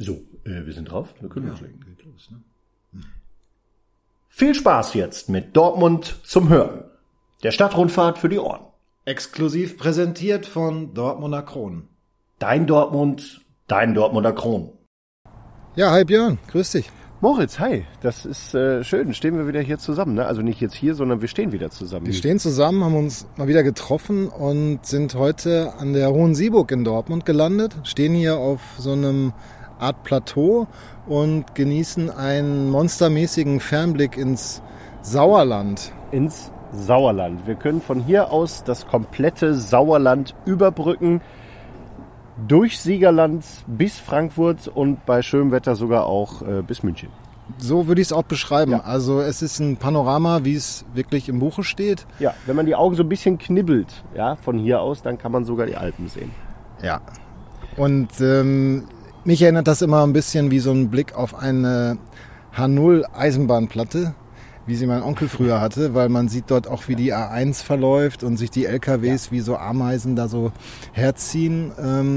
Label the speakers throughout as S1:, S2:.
S1: So, wir sind drauf. Wir können loslegen.
S2: Geht los, ne?
S1: Viel Spaß jetzt mit Dortmund zum Hören. Der Stadtrundfahrt für die Ohren.
S2: Exklusiv präsentiert von Dortmunder Kronen.
S1: Dein Dortmund, dein Dortmunder Kron.
S2: Ja, hi Björn, grüß dich.
S1: Moritz, hi. Das ist schön. Stehen wir wieder hier zusammen, ne? Also nicht jetzt hier, sondern wir stehen wieder zusammen.
S2: Wir stehen zusammen, haben uns mal wieder getroffen und sind heute an der Hohen Sieburg in Dortmund gelandet. Stehen hier auf so einem Art Plateau und genießen einen monstermäßigen Fernblick ins Sauerland.
S1: Ins Sauerland. Wir können von hier aus das komplette Sauerland überbrücken. Durch Siegerland bis Frankfurt und bei schönem Wetter sogar auch bis München.
S2: So würde ich es auch beschreiben.
S1: Ja.
S2: Also es ist ein Panorama, wie es wirklich im Buche steht.
S1: Ja, wenn man die Augen so ein bisschen knibbelt, ja, von hier aus, dann kann man sogar die Alpen sehen.
S2: Ja. Und mich erinnert das immer ein bisschen wie so ein Blick auf eine H0 Eisenbahnplatte, wie sie mein Onkel früher hatte, weil man sieht dort auch, wie die A1 verläuft und sich die LKWs wie so Ameisen da so herziehen.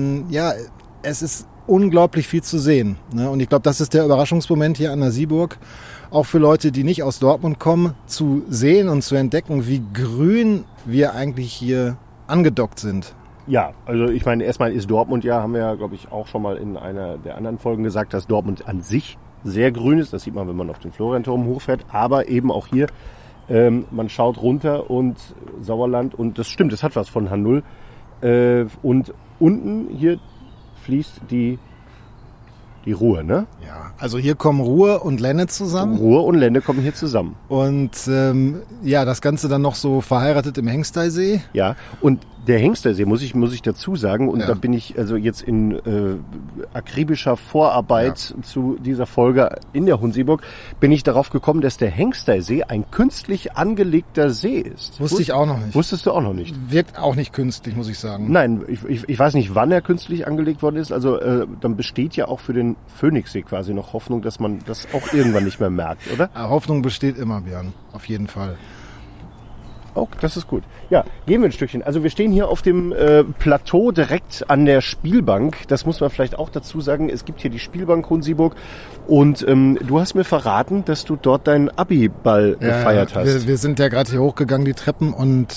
S2: Es ist unglaublich viel zu sehen, ne? Und ich glaube, das ist der Überraschungsmoment hier an der Sieburg, auch für Leute, die nicht aus Dortmund kommen, zu sehen und zu entdecken, wie grün wir eigentlich hier angedockt sind.
S1: Ja, also ich meine, erstmal ist Dortmund ja, haben wir ja, glaube ich, auch schon mal in einer der anderen Folgen gesagt, dass Dortmund an sich sehr grün ist. Das sieht man, wenn man auf den Florianturm hochfährt. Aber eben auch hier, man schaut runter und Sauerland und das stimmt, das hat was von H0. Und unten hier fließt die Ruhr, ne?
S2: Ja, also hier kommen Ruhr und Lenne zusammen.
S1: Ruhr und Lenne kommen hier zusammen.
S2: Und das Ganze dann noch so verheiratet im Hengsteysee.
S1: Ja, und der Hengsteysee, muss ich dazu sagen, und
S2: ja.
S1: Da bin ich also jetzt in akribischer Vorarbeit zu dieser Folge in der Hohen Sieburg, bin ich darauf gekommen, dass der Hengsteysee ein künstlich angelegter See ist.
S2: Wusste ich auch noch nicht.
S1: Wusstest du auch noch nicht?
S2: Wirkt auch nicht künstlich, muss ich sagen.
S1: Nein, ich weiß nicht, wann er künstlich angelegt worden ist. Also dann besteht ja auch für den Phoenixsee quasi noch Hoffnung, dass man das auch irgendwann nicht mehr merkt, oder?
S2: Hoffnung besteht immer, Björn. Auf jeden Fall.
S1: Oh, das ist gut. Ja, gehen wir ein Stückchen. Also wir stehen hier auf dem Plateau direkt an der Spielbank. Das muss man vielleicht auch dazu sagen. Es gibt hier die Spielbank Hohen Sieburg. Und du hast mir verraten, dass du dort deinen Abi-Ball gefeiert hast.
S2: Wir sind ja gerade hier hochgegangen, die Treppen. Und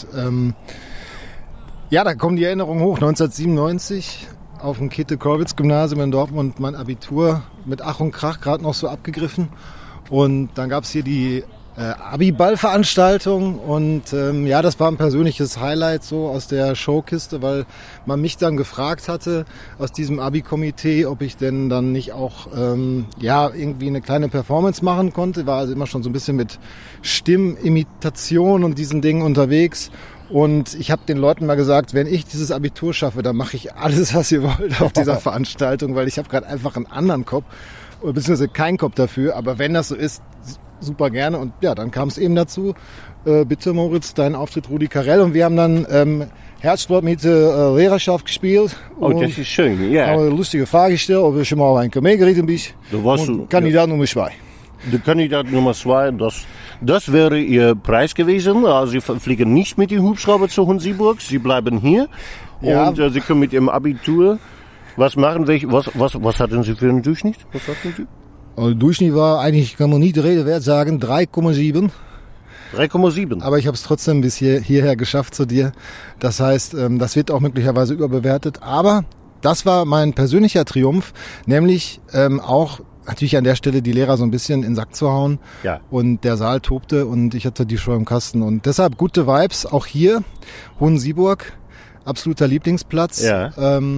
S2: da kommen die Erinnerungen hoch. 1997 auf dem Käthe-Kollwitz-Gymnasium in Dortmund mein Abitur mit Ach und Krach gerade noch so abgegriffen. Und dann gab es hier die Abi-Ball-Veranstaltung und das war ein persönliches Highlight so aus der Showkiste, weil man mich dann gefragt hatte aus diesem Abi-Komitee, ob ich denn dann nicht auch irgendwie eine kleine Performance machen konnte. War also immer schon so ein bisschen mit Stimmimitation und diesen Dingen unterwegs. Und ich habe den Leuten mal gesagt, wenn ich dieses Abitur schaffe, dann mache ich alles, was ihr wollt auf dieser Veranstaltung, weil ich habe gerade einfach einen anderen Kopf, beziehungsweise keinen Kopf dafür. Aber wenn das so ist, super gerne. Und ja, dann kam es eben dazu. Bitte Moritz, dein Auftritt Rudi Carrell. Und wir haben dann Herzsport mit der Lehrerschaft gespielt.
S1: Oh, das ist schön, ja.
S2: Haben eine lustige Frage gestellt, ob du schon mal ein Kamel geritten bist. Kandidat Nummer 2.
S1: Der Kandidat Nummer 2, das wäre Ihr Preis gewesen. Also Sie fliegen nicht mit dem Hubschrauber zur Hohen Sieburg. Sie bleiben hier.
S2: Ja.
S1: Und Sie können mit Ihrem Abitur was machen. Was hatten Sie für einen Durchschnitt? Was hatten Sie?
S2: Also Durchschnitt war eigentlich, kann man nicht Rede wert sagen, 3,7.
S1: 3,7.
S2: Aber ich habe es trotzdem bis hierher geschafft zu dir. Das heißt, das wird auch möglicherweise überbewertet. Aber das war mein persönlicher Triumph, nämlich auch natürlich an der Stelle die Lehrer so ein bisschen in den Sack zu hauen.
S1: Ja.
S2: Und der Saal tobte und ich hatte die Show im Kasten. Und deshalb gute Vibes, auch hier, Hohen Sieburg, absoluter Lieblingsplatz.
S1: Ja.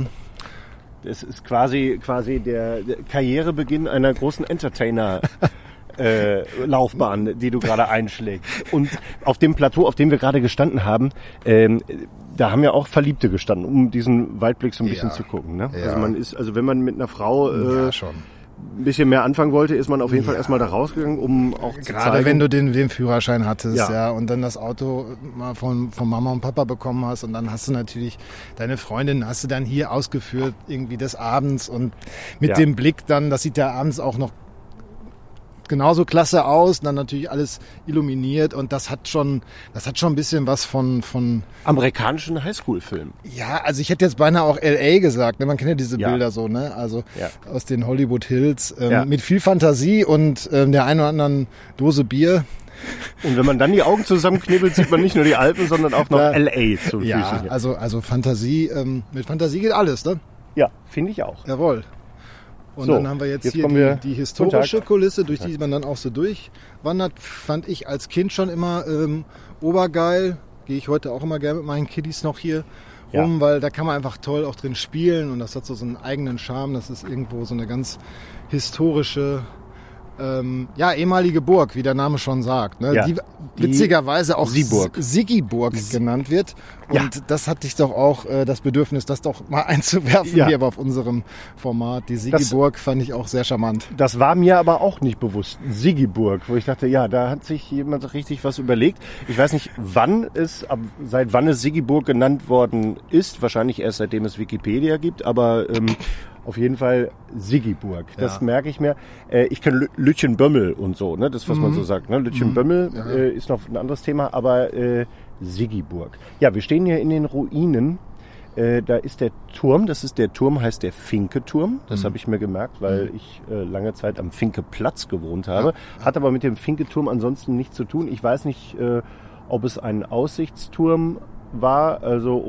S1: Das ist quasi der Karrierebeginn einer großen Entertainer Laufbahn, die du gerade einschlägst. Und auf dem Plateau, auf dem wir gerade gestanden haben, da haben ja auch Verliebte gestanden, um diesen Weitblick so ein bisschen zu gucken. Ne?
S2: Ja.
S1: Also wenn man mit einer Frau
S2: schon
S1: ein bisschen mehr anfangen wollte, ist man auf jeden Fall erstmal da rausgegangen, um auch zu
S2: gerade
S1: zeigen.
S2: wenn du den Führerschein hattest, und dann das Auto mal von Mama und Papa bekommen hast und dann hast du natürlich deine Freundin, hast du dann hier ausgeführt irgendwie des Abends und mit dem Blick dann, das sieht ja abends auch noch genauso klasse aus. Und dann natürlich alles illuminiert und das hat schon ein bisschen was von
S1: amerikanischen Highschool-Film.
S2: Ja, also ich hätte jetzt beinahe auch L.A. gesagt. Ne? Man kennt ja diese
S1: Ja.
S2: Bilder so, ne? Also
S1: Ja.
S2: aus den Hollywood Hills
S1: Ja.
S2: mit viel Fantasie und der einen oder anderen Dose Bier.
S1: Und wenn man dann die Augen zusammenknibbelt, sieht man nicht nur die Alpen, sondern auch noch
S2: Ja.
S1: L.A. zu
S2: Ja,
S1: Füßen. Hier.
S2: also Fantasie, mit Fantasie geht alles, ne?
S1: Ja, finde ich auch.
S2: Jawohl. Und
S1: So,
S2: dann haben wir jetzt hier
S1: kommen wir-
S2: die historische
S1: Guten Tag.
S2: Kulisse, durch die man dann auch so durchwandert. Fand ich als Kind schon immer obergeil. Gehe ich heute auch immer gerne mit meinen Kiddies noch hier rum, weil da kann man einfach toll auch drin spielen und das hat so einen eigenen Charme. Das ist irgendwo so eine ganz historische, ehemalige Burg, wie der Name schon sagt. Ne?
S1: Ja.
S2: Die witzigerweise auch
S1: Sieburg.
S2: Siggiburg genannt wird. Und
S1: Ja.
S2: das hatte ich doch auch das Bedürfnis, das doch mal einzuwerfen
S1: Ja.
S2: hier aber auf unserem Format. Die Siggiburg fand ich auch sehr charmant.
S1: Das war mir aber auch nicht bewusst. Siggiburg, wo ich dachte, ja, da hat sich jemand richtig was überlegt. Ich weiß nicht, seit wann es Siggiburg genannt worden ist. Wahrscheinlich erst seitdem es Wikipedia gibt, aber auf jeden Fall Siggiburg. Das
S2: Ja.
S1: merke ich mir. Ich kenne Lütjenbömmel und so, ne? Das, was man so sagt. Ne? Lütjenbömmel ist noch ein anderes Thema, aber Siggiburg. Ja, wir stehen hier in den Ruinen. Da ist der Turm, heißt der Finke-Turm. Das habe ich mir gemerkt, weil ich lange Zeit am Finke-Platz gewohnt habe. Hat aber mit dem Finke-Turm ansonsten nichts zu tun. Ich weiß nicht, ob es ein Aussichtsturm war, also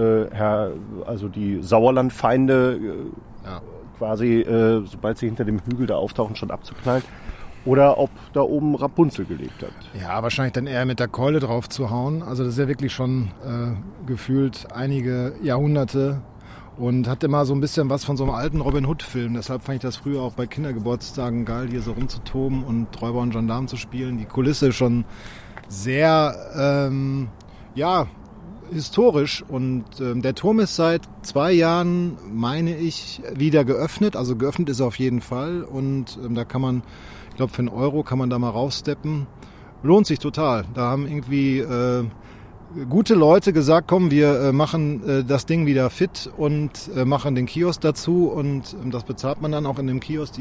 S1: also die Sauerlandfeinde quasi, sobald sie hinter dem Hügel da auftauchen, schon abzuknallen. Oder ob da oben Rapunzel gelebt hat.
S2: Ja, wahrscheinlich dann eher mit der Keule drauf zu hauen. Also das ist ja wirklich schon gefühlt einige Jahrhunderte und hat immer so ein bisschen was von so einem alten Robin Hood-Film. Deshalb fand ich das früher auch bei Kindergeburtstagen geil, hier so rumzutoben und Räuber und Gendarm zu spielen. Die Kulisse schon sehr, historisch und der Turm ist seit 2 Jahren, meine ich, wieder geöffnet. Also geöffnet ist er auf jeden Fall und da kann man, ich glaube, für 1 Euro kann man da mal raussteppen. Lohnt sich total. Da haben irgendwie gute Leute gesagt, komm, wir machen das Ding wieder fit und machen den Kiosk dazu und das bezahlt man dann auch in dem Kiosk,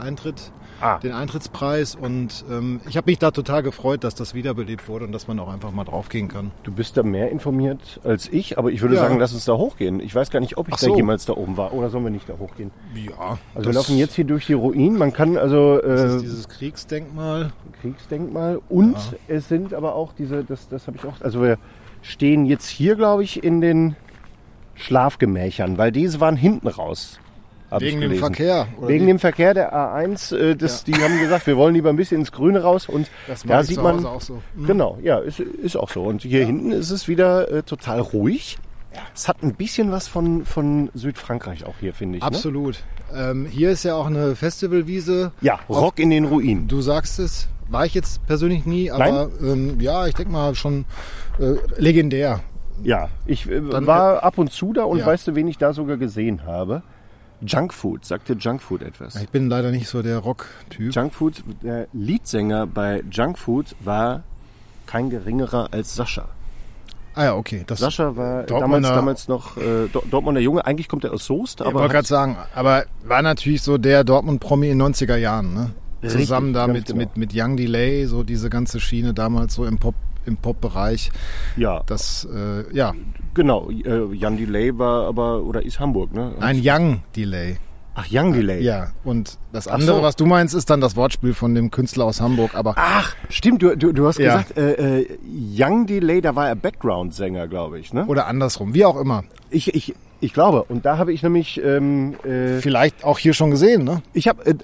S2: den Eintrittspreis und ich habe mich da total gefreut, dass das wiederbelebt wurde und dass man auch einfach mal draufgehen kann.
S1: Du bist da mehr informiert als ich, aber ich würde
S2: Ja.
S1: sagen, lass uns da hochgehen. Ich weiß gar nicht, ob ich
S2: Ach so.
S1: da jemals da oben war. Oder sollen wir nicht da hochgehen?
S2: Ja,
S1: Also wir laufen jetzt hier durch die Ruinen. Man kann also
S2: das ist dieses Kriegsdenkmal.
S1: Kriegsdenkmal und es sind aber auch das habe ich auch, also wir stehen jetzt hier, glaube ich, in den Schlafgemächern, weil diese waren hinten raus. hab ich
S2: Wegen dem
S1: gelesen.
S2: Verkehr. Oder
S1: Wegen
S2: wie?
S1: dem Verkehr der A1, die haben gesagt, wir wollen lieber ein bisschen ins Grüne raus und
S2: Das
S1: da
S2: mag ich
S1: sieht
S2: zu
S1: man,
S2: Hause auch so. Mhm.
S1: genau, ja, ist auch so. Und hier hinten ist es wieder total ruhig. Es hat ein bisschen was von Südfrankreich auch hier, finde ich. Ne?
S2: Absolut. Hier ist ja auch eine Festivalwiese.
S1: Ja, Rock in den Ruinen.
S2: Du sagst es, war ich jetzt persönlich nie, aber ich denke mal schon legendär.
S1: Ja, ich
S2: Dann-
S1: war ab und zu da und
S2: Ja.
S1: weißt du, wen ich da sogar gesehen habe? Junkfood. Sagt dir Junkfood etwas?
S2: Ich bin leider nicht so der Rock-Typ.
S1: Junkfood, der Leadsänger bei Junkfood war kein geringerer als Sascha.
S2: Ah ja, okay. Das
S1: Sascha war
S2: Dortmunder-
S1: damals noch Dortmunder Junge. Eigentlich kommt er aus Soest,
S2: ich
S1: aber
S2: wollte gerade sagen, aber war natürlich so der Dortmund-Promi in den 90er Jahren, ne?
S1: Richtig,
S2: Zusammen da
S1: ganz genau.
S2: mit Young Delay, so diese ganze Schiene damals so im Pop-Bereich.
S1: ja,
S2: Das,
S1: genau. Jan Delay war aber, oder ist Hamburg, ne?
S2: ein Young Delay.
S1: Ach, Young Delay.
S2: Ja, und das andere,
S1: so.
S2: was du meinst, ist dann das Wortspiel von dem Künstler aus Hamburg, aber
S1: Ach, stimmt, du hast
S2: Ja.
S1: gesagt, Young Delay, da war er Background-Sänger, glaube ich, ne?
S2: oder andersrum, wie auch immer.
S1: Ich glaube, und da habe ich nämlich,
S2: Vielleicht auch hier schon gesehen, ne?
S1: ich habe,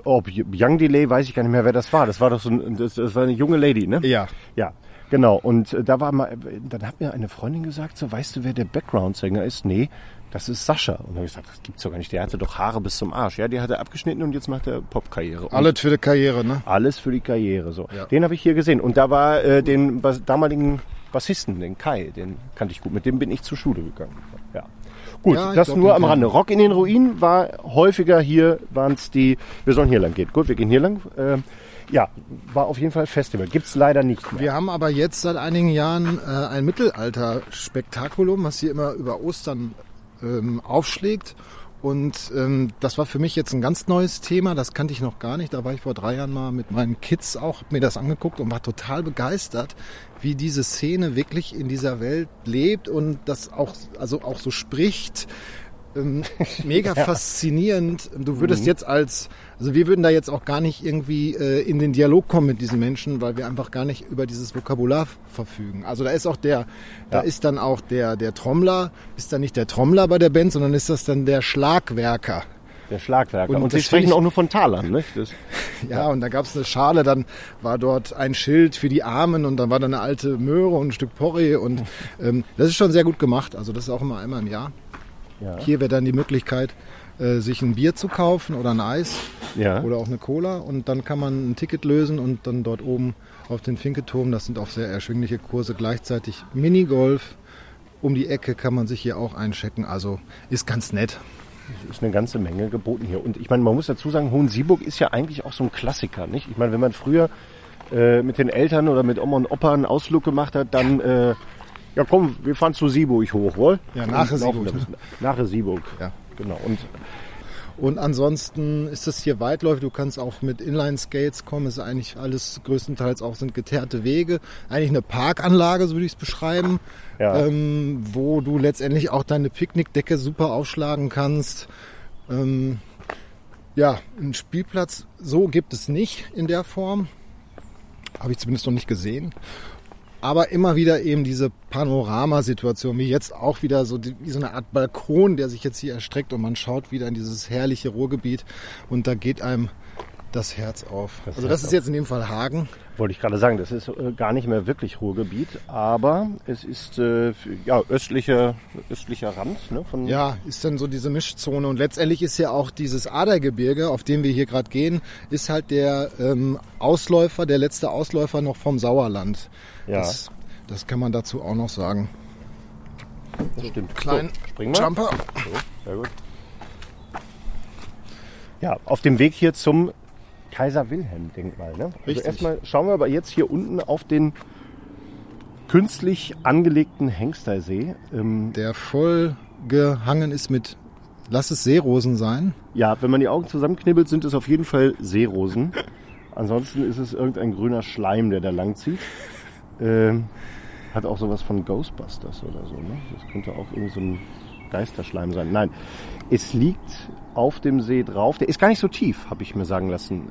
S1: Young Delay, weiß ich gar nicht mehr, wer das war. Das war doch das war eine junge Lady, ne?
S2: Ja.
S1: Ja, genau. Und da war mal, dann hat mir eine Freundin gesagt, so, weißt du, wer der Background-Sänger ist? Nee, das ist Sascha. Und dann habe ich gesagt, das gibt's doch gar nicht. Der hatte doch Haare bis zum Arsch. Ja, die hat er abgeschnitten und jetzt macht er Popkarriere. Und
S2: Alles für die Karriere, ne?
S1: alles für die Karriere, so.
S2: Ja.
S1: Den habe ich hier gesehen. Und da war den damaligen Bassisten, den Kai, den kannte ich gut. Mit dem bin ich zur Schule gegangen. Ja. Gut,
S2: Ja, ich
S1: das
S2: glaub,
S1: nur
S2: den
S1: am
S2: kenn
S1: Rande.
S2: ich.
S1: Rock in den Ruinen war häufiger hier, waren es wir sollen hier lang gehen. Gut, wir gehen hier lang. Ja, war auf jeden Fall Festival. Gibt's leider nicht mehr.
S2: Wir haben aber jetzt seit einigen Jahren ein Mittelalter-Spektakulum, was hier immer über Ostern aufschlägt. Und das war für mich jetzt ein ganz neues Thema, das kannte ich noch gar nicht. Da war ich vor 3 Jahren mal mit meinen Kids auch, hab mir das angeguckt und war total begeistert, wie diese Szene wirklich in dieser Welt lebt und das auch so spricht. Mega faszinierend. Du würdest jetzt wir würden da jetzt auch gar nicht irgendwie in den Dialog kommen mit diesen Menschen, weil wir einfach gar nicht über dieses Vokabular verfügen. Also da ist auch da ist dann auch der Trommler, ist dann nicht der Trommler bei der Band, sondern ist das dann der Schlagwerker.
S1: Der Schlagwerker. Und Sie sprechen auch nur von Talern, ne?
S2: Ja, und da gab es eine Schale, dann war dort ein Schild für die Armen und dann war da eine alte Möhre und ein Stück Porree und das ist schon sehr gut gemacht. Also das ist auch immer einmal im Jahr. Ja. Hier wäre dann die Möglichkeit, sich ein Bier zu kaufen oder ein Eis oder auch eine Cola und dann kann man ein Ticket lösen und dann dort oben auf den Finketurm, das sind auch sehr erschwingliche Kurse, gleichzeitig Minigolf. Um die Ecke kann man sich hier auch einchecken, also ist ganz nett.
S1: Es ist eine ganze Menge geboten hier. Und ich meine, man muss dazu sagen, Hohensieburg ist ja eigentlich auch so ein Klassiker, nicht? Ich meine, wenn man früher mit den Eltern oder mit Oma und Opa einen Ausflug gemacht hat, dann... ja komm, wir fahren zu Sieburg hoch, wohl?
S2: Ja, nach Sieburg.
S1: Nach Sieburg, ja. Genau.
S2: Und ansonsten ist das hier weitläufig. Du kannst auch mit Inline-Skates kommen. Es ist eigentlich alles größtenteils auch sind geteerte Wege. Eigentlich eine Parkanlage, so würde ich es beschreiben. Ja. Wo du letztendlich auch deine Picknickdecke super aufschlagen kannst. Einen Spielplatz so gibt es nicht in der Form. Habe ich zumindest noch nicht gesehen. Aber immer wieder eben diese Panoramasituation, wie jetzt auch wieder wie so eine Art Balkon, der sich jetzt hier erstreckt und man schaut wieder in dieses herrliche Ruhrgebiet und da geht einem das Herz auf. Das ist jetzt in dem Fall Hagen.
S1: Wollte ich gerade sagen, das ist gar nicht mehr wirklich Ruhrgebiet, aber es ist östlicher Rand. Ne,
S2: ist dann so diese Mischzone und letztendlich ist ja auch dieses Adergebirge, auf dem wir hier gerade gehen, ist halt der letzte Ausläufer noch vom Sauerland. Ja. Das kann man dazu auch noch sagen.
S1: Das stimmt.
S2: Kleinen Jumper.
S1: So, sehr gut. Ja, auf dem Weg hier zum Kaiser-Wilhelm-Denkmal. Ne? Also erstmal schauen wir aber jetzt hier unten auf den künstlich angelegten Hengstersee.
S2: Der voll gehangen ist mit, lass es Seerosen sein.
S1: Ja, wenn man die Augen zusammenknibbelt, sind es auf jeden Fall Seerosen. Ansonsten ist es irgendein grüner Schleim, der da lang zieht. Hat auch sowas von Ghostbusters oder so. Ne? Das könnte auch irgendwie so ein Geisterschleim sein. Nein, es liegt auf dem See drauf. Der ist gar nicht so tief, habe ich mir sagen lassen.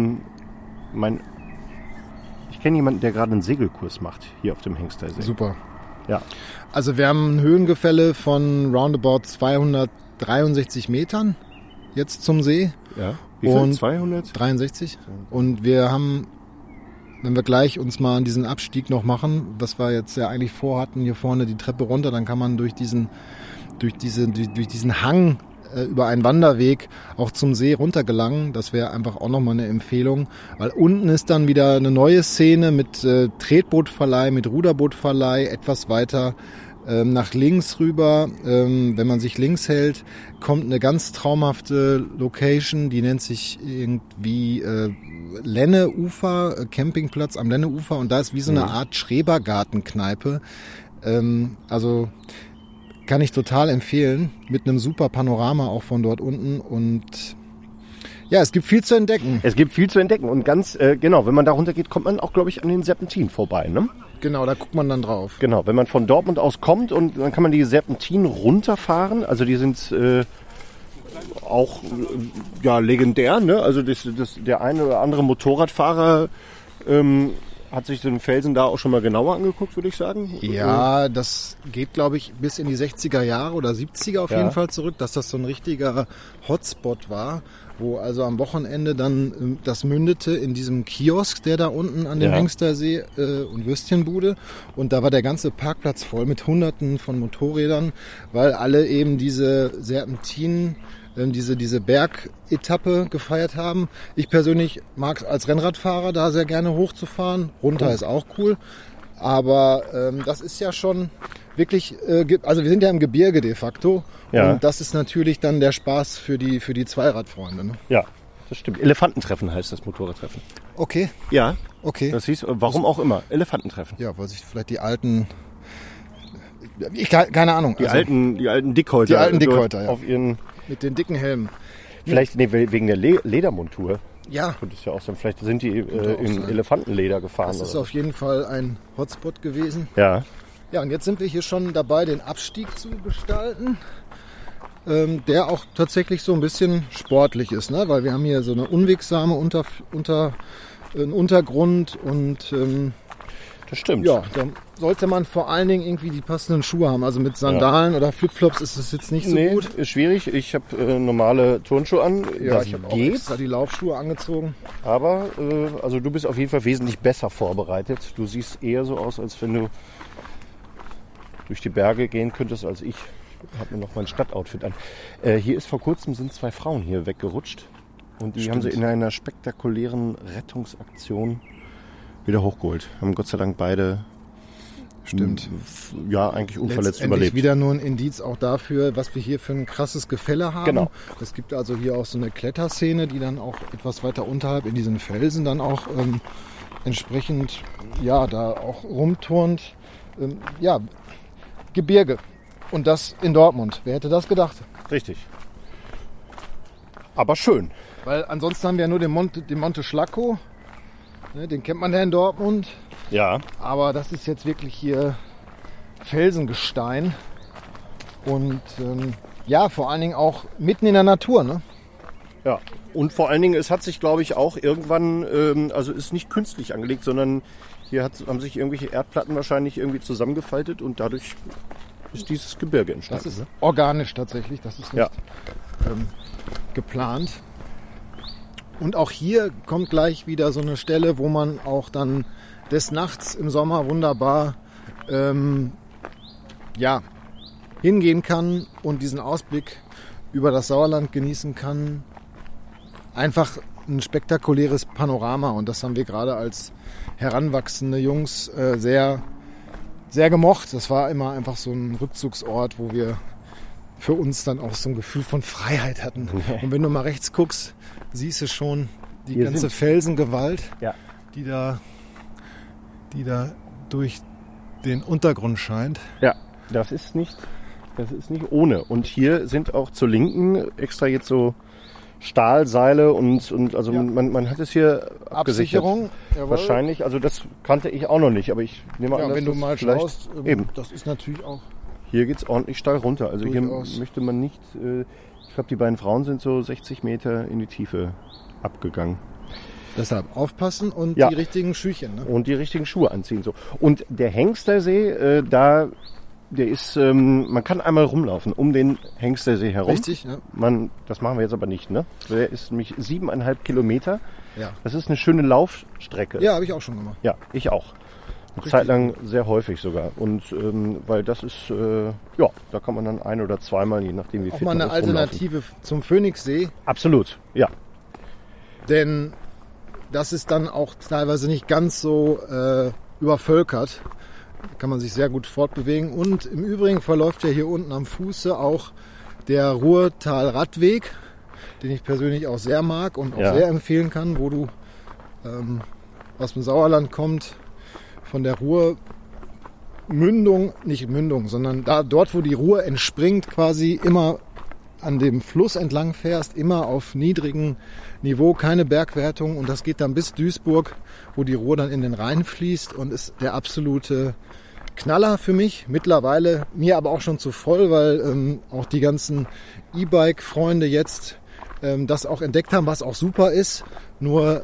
S1: Ich kenne jemanden, der gerade einen Segelkurs macht hier auf dem Hengstersee.
S2: Super.
S1: Ja.
S2: Also wir haben ein Höhengefälle von roundabout 263 Metern jetzt zum See.
S1: Ja. Wie viel? 263.
S2: Und wir haben, wenn wir gleich uns mal an diesen Abstieg noch machen, was wir jetzt ja eigentlich vorhatten, hier vorne die Treppe runter, dann kann man durch diesen Hang über einen Wanderweg auch zum See runtergelangen. Das wäre einfach auch nochmal eine Empfehlung, weil unten ist dann wieder eine neue Szene mit Tretbootverleih, mit Ruderbootverleih, etwas weiter nach links rüber. Wenn man sich links hält, kommt eine ganz traumhafte Location, die nennt sich irgendwie Lenneufer, Campingplatz am Lenneufer und da ist wie so eine Art Schrebergartenkneipe. Also kann ich total empfehlen, mit einem super Panorama auch von dort unten und ja, es gibt viel zu entdecken.
S1: Es gibt viel zu entdecken und ganz genau, wenn man da runter geht, kommt man auch, glaube ich, an den Serpentinen vorbei, ne?
S2: Genau, da guckt man dann drauf.
S1: Genau, wenn man von Dortmund aus kommt und dann kann man die Serpentinen runterfahren, also die sind auch legendär, ne? Also der eine oder andere Motorradfahrer hat sich den Felsen da auch schon mal genauer angeguckt, würde ich sagen.
S2: Ja, das geht, glaube ich, bis in die 60er Jahre oder 70er auf jeden Fall zurück, dass das so ein richtiger Hotspot war, wo also am Wochenende dann das mündete in diesem Kiosk, der da unten an dem Hengstersee und Würstchenbude. Und da war der ganze Parkplatz voll mit Hunderten von Motorrädern, weil alle eben diese Serpentinen, diese Bergetappe gefeiert haben. Ich persönlich mag es als Rennradfahrer da sehr gerne hochzufahren. Runter ist auch cool. Aber das ist ja schon wirklich, also wir sind ja im Gebirge de facto. Ja. Und das ist natürlich dann der Spaß für die Zweiradfreunde. Ne?
S1: Ja, das stimmt. Elefantentreffen heißt das Motorradtreffen.
S2: Okay.
S1: Ja.
S2: Okay.
S1: Das hieß, warum auch immer, Elefantentreffen.
S2: Ja, weil sich vielleicht die alten... keine Ahnung.
S1: Die alten Dickhäuter.
S2: Die alten Dickhäuter, ja.
S1: Auf ihren
S2: Mit den dicken Helmen.
S1: Vielleicht wegen der Ledermontur.
S2: Ja.
S1: Könnte es ja auch sein. Vielleicht sind die in Elefantenleder gefahren.
S2: Das ist auf jeden Fall ein Hotspot gewesen.
S1: Ja.
S2: Ja, und jetzt sind wir hier schon dabei, den Abstieg zu gestalten, der auch tatsächlich so ein bisschen sportlich ist, ne? Weil wir haben hier so eine unwegsame Untergrund und
S1: Das stimmt.
S2: ja, da sollte man vor allen Dingen irgendwie die passenden Schuhe haben. Also mit Sandalen oder Flipflops ist es jetzt nicht so gut.
S1: Ist schwierig. Ich habe normale Turnschuhe an.
S2: Ja,
S1: das
S2: ich habe auch
S1: geht.
S2: extra die Laufschuhe angezogen.
S1: Aber also du bist auf jeden Fall wesentlich besser vorbereitet. Du siehst eher so aus, als wenn du durch die Berge gehen könntest als ich. Ich habe mir noch mein Stadtoutfit an. Hier ist vor kurzem sind 2 Frauen hier weggerutscht. Und die haben sie in einer spektakulären Rettungsaktion wieder hochgeholt. Haben Gott sei Dank beide ja, eigentlich unverletzt überlebt.
S2: Wieder nur ein Indiz auch dafür, was wir hier für ein krasses Gefälle haben.
S1: Genau.
S2: Es gibt also hier auch so eine Kletterszene, die dann auch etwas weiter unterhalb in diesen Felsen dann auch entsprechend ja da auch rumturnt. Ja, Gebirge. Und das in Dortmund. Wer hätte das gedacht?
S1: Richtig. Aber schön.
S2: Weil ansonsten haben wir ja nur den Monte Schlacco. Ne, den kennt man ja in Dortmund.
S1: Ja.
S2: Aber das ist jetzt wirklich hier Felsengestein. Und ja, vor allen Dingen auch mitten in der Natur. Ne?
S1: Ja. Und vor allen Dingen, es hat sich, glaube ich, auch irgendwann, also ist nicht künstlich angelegt, sondern hier haben sich irgendwelche Erdplatten wahrscheinlich irgendwie zusammengefaltet und dadurch ist dieses Gebirge entstanden.
S2: Das ist organisch tatsächlich, das ist nicht geplant. Und auch hier kommt gleich wieder so eine Stelle, wo man auch dann des Nachts im Sommer wunderbar hingehen kann und diesen Ausblick über das Sauerland genießen kann. Einfach ein spektakuläres Panorama und das haben wir gerade als heranwachsende Jungs sehr, sehr gemocht. Das war immer einfach so ein Rückzugsort, wo wir für uns dann auch so ein Gefühl von Freiheit hatten. Und wenn du mal rechts guckst, siehst du schon die ganze Felsengewalt, die da durch den Untergrund scheint.
S1: Ja, das ist nicht ohne. Und hier sind auch zur Linken extra jetzt so Stahlseile und also man hat es hier abgesichert.
S2: Absicherung,
S1: wahrscheinlich. Also das kannte ich auch noch nicht, aber ich nehme an, dass
S2: wenn du mal schaust,
S1: eben.
S2: Das ist natürlich auch.
S1: Hier geht es ordentlich steil runter. Also durchaus. Hier möchte man nicht. Ich glaube, die beiden Frauen sind so 60 Meter in die Tiefe abgegangen.
S2: Deshalb aufpassen und die richtigen Schüchen. Ne? Und
S1: die richtigen Schuhe anziehen. So. Und der Hengstersee, der ist, man kann einmal rumlaufen um den Hengstersee herum.
S2: Richtig, ja.
S1: Das machen wir jetzt aber nicht, ne? Der ist nämlich 7,5 Kilometer.
S2: Ja.
S1: Das ist eine schöne Laufstrecke.
S2: Ja, habe ich auch schon gemacht.
S1: Ja, ich auch. Eine Zeit lang sehr häufig sogar. Und weil das ist, da kann man dann ein- oder zweimal, je nachdem wie
S2: auch
S1: fit
S2: mal
S1: man
S2: eine
S1: ist,
S2: Alternative
S1: rumlaufen.
S2: zum Phoenixsee.
S1: Absolut, ja.
S2: Denn das ist dann auch teilweise nicht ganz so übervölkert. Da kann man sich sehr gut fortbewegen. Und im Übrigen verläuft ja hier unten am Fuße auch der Ruhrtal-Radweg, den ich persönlich auch sehr mag und auch sehr empfehlen kann, wo du aus dem Sauerland kommt, von der nicht Mündung, sondern dort, wo die Ruhr entspringt, quasi immer an dem Fluss entlang fährst, immer auf niedrigem Niveau, keine Bergwertung und das geht dann bis Duisburg, wo die Ruhr dann in den Rhein fließt und ist der absolute Knaller für mich. Mittlerweile mir aber auch schon zu voll, weil auch die ganzen E-Bike-Freunde jetzt das auch entdeckt haben, was auch super ist. Nur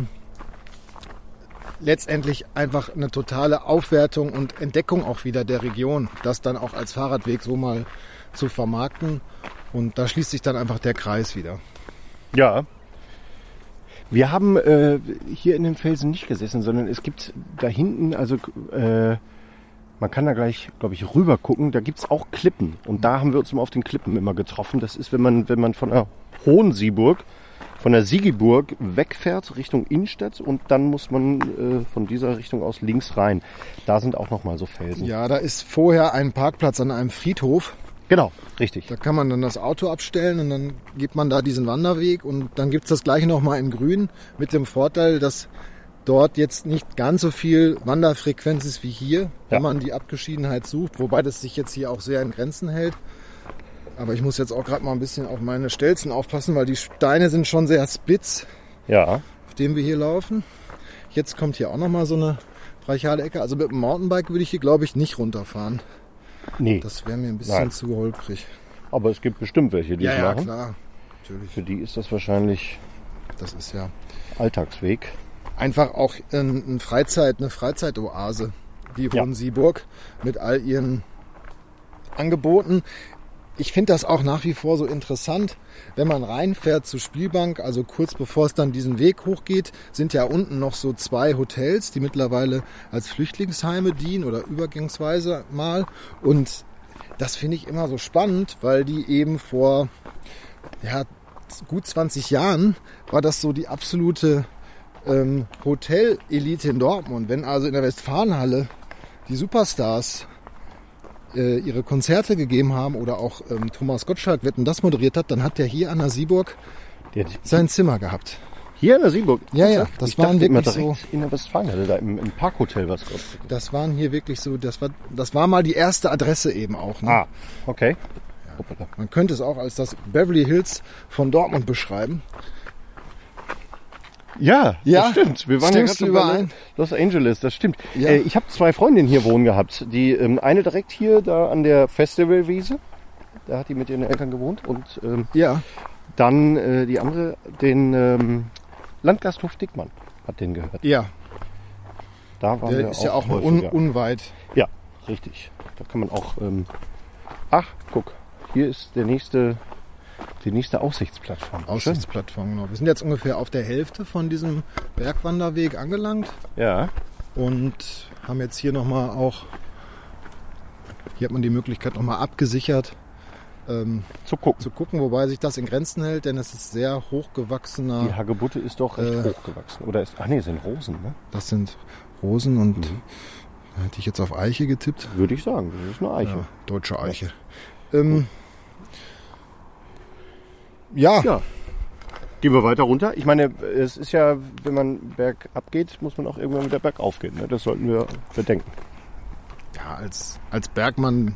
S2: letztendlich einfach eine totale Aufwertung und Entdeckung auch wieder der Region, das dann auch als Fahrradweg so mal zu vermarkten. Und da schließt sich dann einfach der Kreis wieder.
S1: Ja. Wir haben hier in den Felsen nicht gesessen, sondern es gibt da hinten, also man kann da gleich, glaube ich, rüber gucken, da gibt es auch Klippen. Und da haben wir uns immer auf den Klippen immer getroffen. Das ist, wenn man von der Hohensieburg, von der Siegiburg wegfährt Richtung Innenstadt und dann muss man von dieser Richtung aus links rein. Da sind auch nochmal so Felsen.
S2: Ja, da ist vorher ein Parkplatz an einem Friedhof.
S1: Genau, richtig.
S2: Da kann man dann das Auto abstellen und dann geht man da diesen Wanderweg und dann gibt es das gleiche nochmal in Grün mit dem Vorteil, dass dort jetzt nicht ganz so viel Wanderfrequenz ist wie hier, wenn man die Abgeschiedenheit sucht, wobei das sich jetzt hier auch sehr in Grenzen hält. Aber ich muss jetzt auch gerade mal ein bisschen auf meine Stelzen aufpassen, weil die Steine sind schon sehr spitz,
S1: Ja.
S2: auf denen wir hier laufen. Jetzt kommt hier auch nochmal so eine brachiale Ecke. Also mit dem Mountainbike würde ich hier, glaube ich, nicht runterfahren.
S1: Nee.
S2: Das wäre mir ein bisschen zu holprig.
S1: Aber es gibt bestimmt welche, die es
S2: Ja,
S1: machen.
S2: klar. Natürlich.
S1: Für die ist das wahrscheinlich
S2: Das ist ja
S1: Alltagsweg.
S2: einfach auch eine Freizeitoase, die Hohensieburg mit all ihren Angeboten. Ich finde das auch nach wie vor so interessant, wenn man reinfährt zur Spielbank, also kurz bevor es dann diesen Weg hochgeht, sind ja unten noch so 2 Hotels, die mittlerweile als Flüchtlingsheime dienen oder übergangsweise mal. Und das finde ich immer so spannend, weil die eben vor gut 20 Jahren war das so die absolute Hotelelite in Dortmund. Wenn also in der Westfalenhalle die Superstars ihre Konzerte gegeben haben oder auch Thomas Gottschalk Wetten, das moderiert hat, dann hat der hier an der Sieburg sein Zimmer gehabt.
S1: Hier in der Sieburg?
S2: Ja, das waren wirklich so.
S1: In der Westfalenhalle, da im Parkhotel was drauf.
S2: Das waren hier wirklich so, das war mal die erste Adresse eben auch. Ne?
S1: Ah, okay.
S2: Ja. Man könnte es auch als das Beverly Hills von Dortmund beschreiben.
S1: Ja, das stimmt. Wir waren ja
S2: Stimmst
S1: gerade
S2: du überein?
S1: bei Los Angeles, das stimmt.
S2: Ja.
S1: Ich habe 2 Freundinnen hier wohnen gehabt. Die eine direkt hier da an der Festivalwiese. Da hat die mit ihren Eltern gewohnt. Und dann die andere, den Landgasthof Dickmann, hat den gehört.
S2: Ja,
S1: Da waren
S2: der
S1: wir
S2: ist ja auch
S1: häufiger.
S2: unweit.
S1: Ja, richtig. Da kann man auch... ach, guck. Hier ist die nächste Aussichtsplattform.
S2: Aussichtsplattform, genau. Wir sind jetzt ungefähr auf der Hälfte von diesem Bergwanderweg angelangt
S1: Ja.
S2: und haben jetzt hier nochmal hier hat man die Möglichkeit nochmal abgesichert
S1: Zu gucken.
S2: zu gucken, wobei sich das in Grenzen hält, denn es ist sehr hochgewachsener.
S1: Die Hagebutte ist doch recht hochgewachsen. Oder ist... Ach nee, sind Rosen, ne?
S2: Das sind Rosen und da hätte ich jetzt auf Eiche getippt.
S1: Würde ich sagen. Das ist eine Eiche.
S2: Ja, deutsche Eiche. Ja.
S1: Gehen wir weiter runter. Ich meine, es ist ja, wenn man bergab geht, muss man auch irgendwann wieder bergauf gehen. Ne? Das sollten wir bedenken.
S2: Ja, als Bergmann,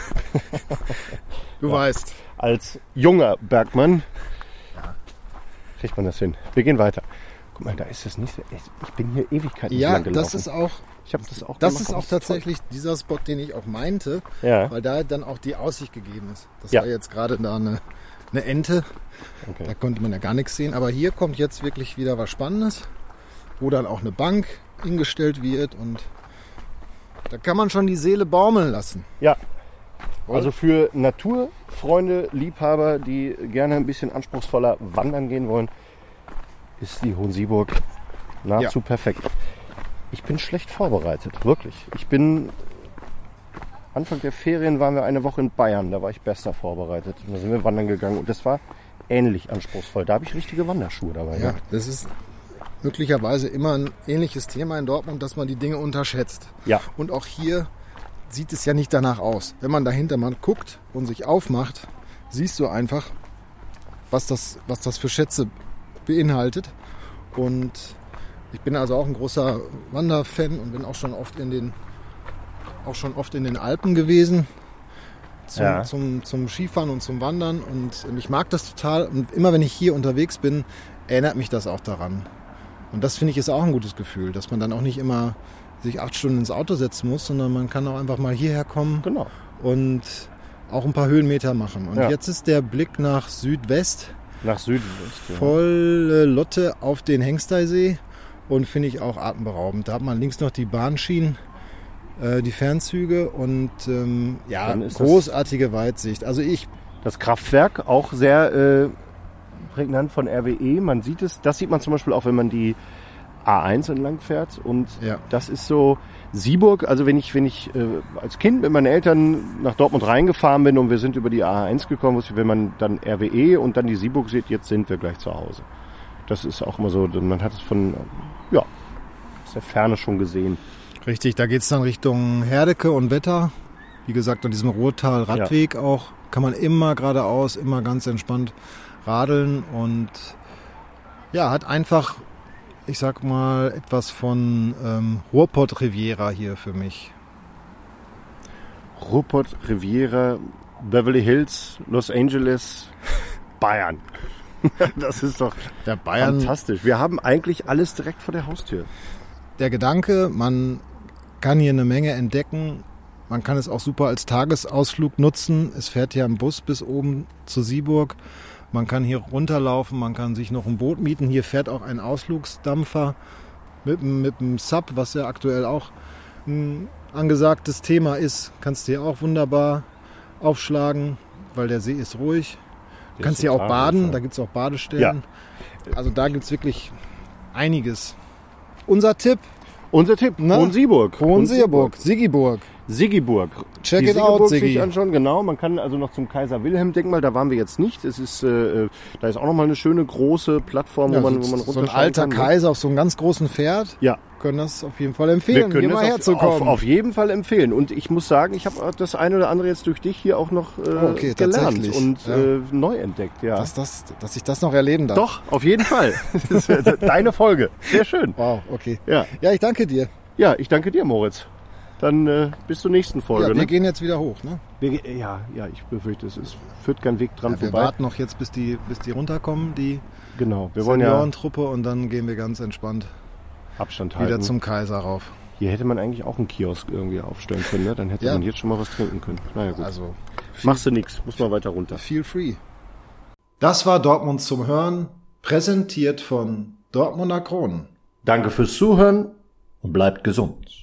S2: du weißt.
S1: Als junger Bergmann kriegt man das hin. Wir gehen weiter. Guck mal, da ist es nicht so. Ich bin hier Ewigkeiten
S2: Ja,
S1: lang gelaufen.
S2: das ist auch,
S1: Ich habe das auch
S2: das
S1: gemacht,
S2: ist
S1: aber
S2: auch
S1: es toll.
S2: tatsächlich dieser Spot, den ich auch meinte,
S1: Ja.
S2: weil da dann auch die Aussicht gegeben ist. Das
S1: Ja.
S2: war jetzt gerade da eine Ente,
S1: Okay.
S2: da konnte man ja gar nichts sehen. Aber hier kommt jetzt wirklich wieder was Spannendes, wo dann auch eine Bank hingestellt wird und da kann man schon die Seele baumeln lassen.
S1: Ja. Also für Naturfreunde, Liebhaber, die gerne ein bisschen anspruchsvoller wandern gehen wollen, ist die Hohensieburg nahezu perfekt. Ich bin schlecht vorbereitet, wirklich. Anfang der Ferien waren wir eine Woche in Bayern, da war ich besser vorbereitet. Da sind wir wandern gegangen und das war ähnlich anspruchsvoll. Da habe ich richtige Wanderschuhe dabei.
S2: Ja, das ist möglicherweise immer ein ähnliches Thema in Dortmund, dass man die Dinge unterschätzt.
S1: Ja.
S2: Und auch hier sieht es ja nicht danach aus. Wenn man dahinter mal guckt und sich aufmacht, siehst du einfach, was das für Schätze beinhaltet. Und ich bin also auch ein großer Wanderfan und bin auch schon oft in den Alpen gewesen. Zum Skifahren und zum Wandern. Und ich mag das total. Und immer wenn ich hier unterwegs bin, erinnert mich das auch daran. Und das finde ich ist auch ein gutes Gefühl, dass man dann auch nicht immer sich 8 Stunden ins Auto setzen muss, sondern man kann auch einfach mal hierher kommen
S1: Genau.
S2: und auch ein paar Höhenmeter machen. Und
S1: Ja.
S2: jetzt ist der Blick nach Südwest,
S1: Nach Süden.
S2: volle Lotte auf den Hengsteysee und finde ich auch atemberaubend. Da hat man links noch die Bahnschienen, die Fernzüge und
S1: Dann ist
S2: großartige Weitsicht. Also
S1: Das Kraftwerk auch sehr prägnant von RWE. Man sieht es, das sieht man zum Beispiel auch, wenn man die A1 entlang fährt. Und das ist so Sieburg. Also wenn ich als Kind mit meinen Eltern nach Dortmund reingefahren bin und wir sind über die A1 gekommen, wenn man dann RWE und dann die Sieburg sieht, jetzt sind wir gleich zu Hause. Das ist auch immer so, man hat es aus der Ferne schon gesehen.
S2: richtig, da geht es dann Richtung Herdecke und Wetter. Wie gesagt, an diesem Ruhrtal-Radweg auch. Kann man immer geradeaus, immer ganz entspannt radeln und hat einfach, ich sag mal, etwas von Ruhrpott Riviera hier für mich.
S1: Ruhrpott Riviera Beverly Hills, Los Angeles, Bayern. Das ist doch
S2: Der Bayern,
S1: fantastisch. Wir haben eigentlich alles direkt vor der Haustür.
S2: der Gedanke, man kann hier eine Menge entdecken. Man kann es auch super als Tagesausflug nutzen. Es fährt hier ein Bus bis oben zu Sieburg. Man kann hier runterlaufen, man kann sich noch ein Boot mieten. Hier fährt auch ein Ausflugsdampfer mit dem Sub, was ja aktuell auch ein angesagtes Thema ist. Kannst du hier auch wunderbar aufschlagen, weil der See ist ruhig. Du kannst hier auch baden, da gibt es auch Badestellen. Ja. Also da gibt es wirklich einiges. Unser Tipp, ne?
S1: Hohensieburg.
S2: Siggiburg.
S1: Siggiburg.
S2: Check
S1: Die
S2: it out,
S1: Siggiburg
S2: Siggi.
S1: sich anschauen, genau. Man kann also noch zum Kaiser-Wilhelm-Denkmal, da waren wir jetzt nicht. Es ist, da ist auch nochmal eine schöne große Plattform,
S2: Ja,
S1: wo man
S2: so ein
S1: runterschauen
S2: alter
S1: kann. Ne?
S2: Kaiser auf so einem ganz großen Pferd.
S1: Ja.
S2: Können das auf jeden Fall empfehlen,
S1: Wir können
S2: hier mal
S1: das
S2: herzukommen.
S1: auf jeden Fall empfehlen. Und ich muss sagen, ich habe das eine oder andere jetzt durch dich hier auch noch
S2: Okay,
S1: gelernt
S2: tatsächlich.
S1: und
S2: Ja.
S1: Neu entdeckt. Ja.
S2: Dass ich das noch erleben darf.
S1: Doch, auf jeden Fall. Das ist deine Folge. Sehr schön.
S2: Wow, okay.
S1: Ja,
S2: Ja, ich danke dir.
S1: ja, ich danke dir, Moritz. Dann bis zur nächsten Folge.
S2: Ja, wir
S1: Ne?
S2: gehen jetzt wieder hoch, ne?
S1: Ja, ich befürchte, führt kein Weg dran
S2: Ja, wir
S1: vorbei.
S2: warten noch jetzt, bis die runterkommen, die
S1: Genau, wir wollen ja
S2: Seniorentruppe, und dann gehen wir ganz entspannt
S1: Abstand halten.
S2: wieder zum Kaiser rauf.
S1: Hier hätte man eigentlich auch einen Kiosk irgendwie aufstellen können, ne? Dann hätte
S2: Ja.
S1: man jetzt schon mal was trinken können. Naja gut.
S2: Also
S1: Machst du nichts, muss mal weiter runter.
S2: feel free. Das war Dortmund zum Hören, präsentiert von Dortmunder Kronen.
S3: Danke fürs Zuhören und bleibt gesund.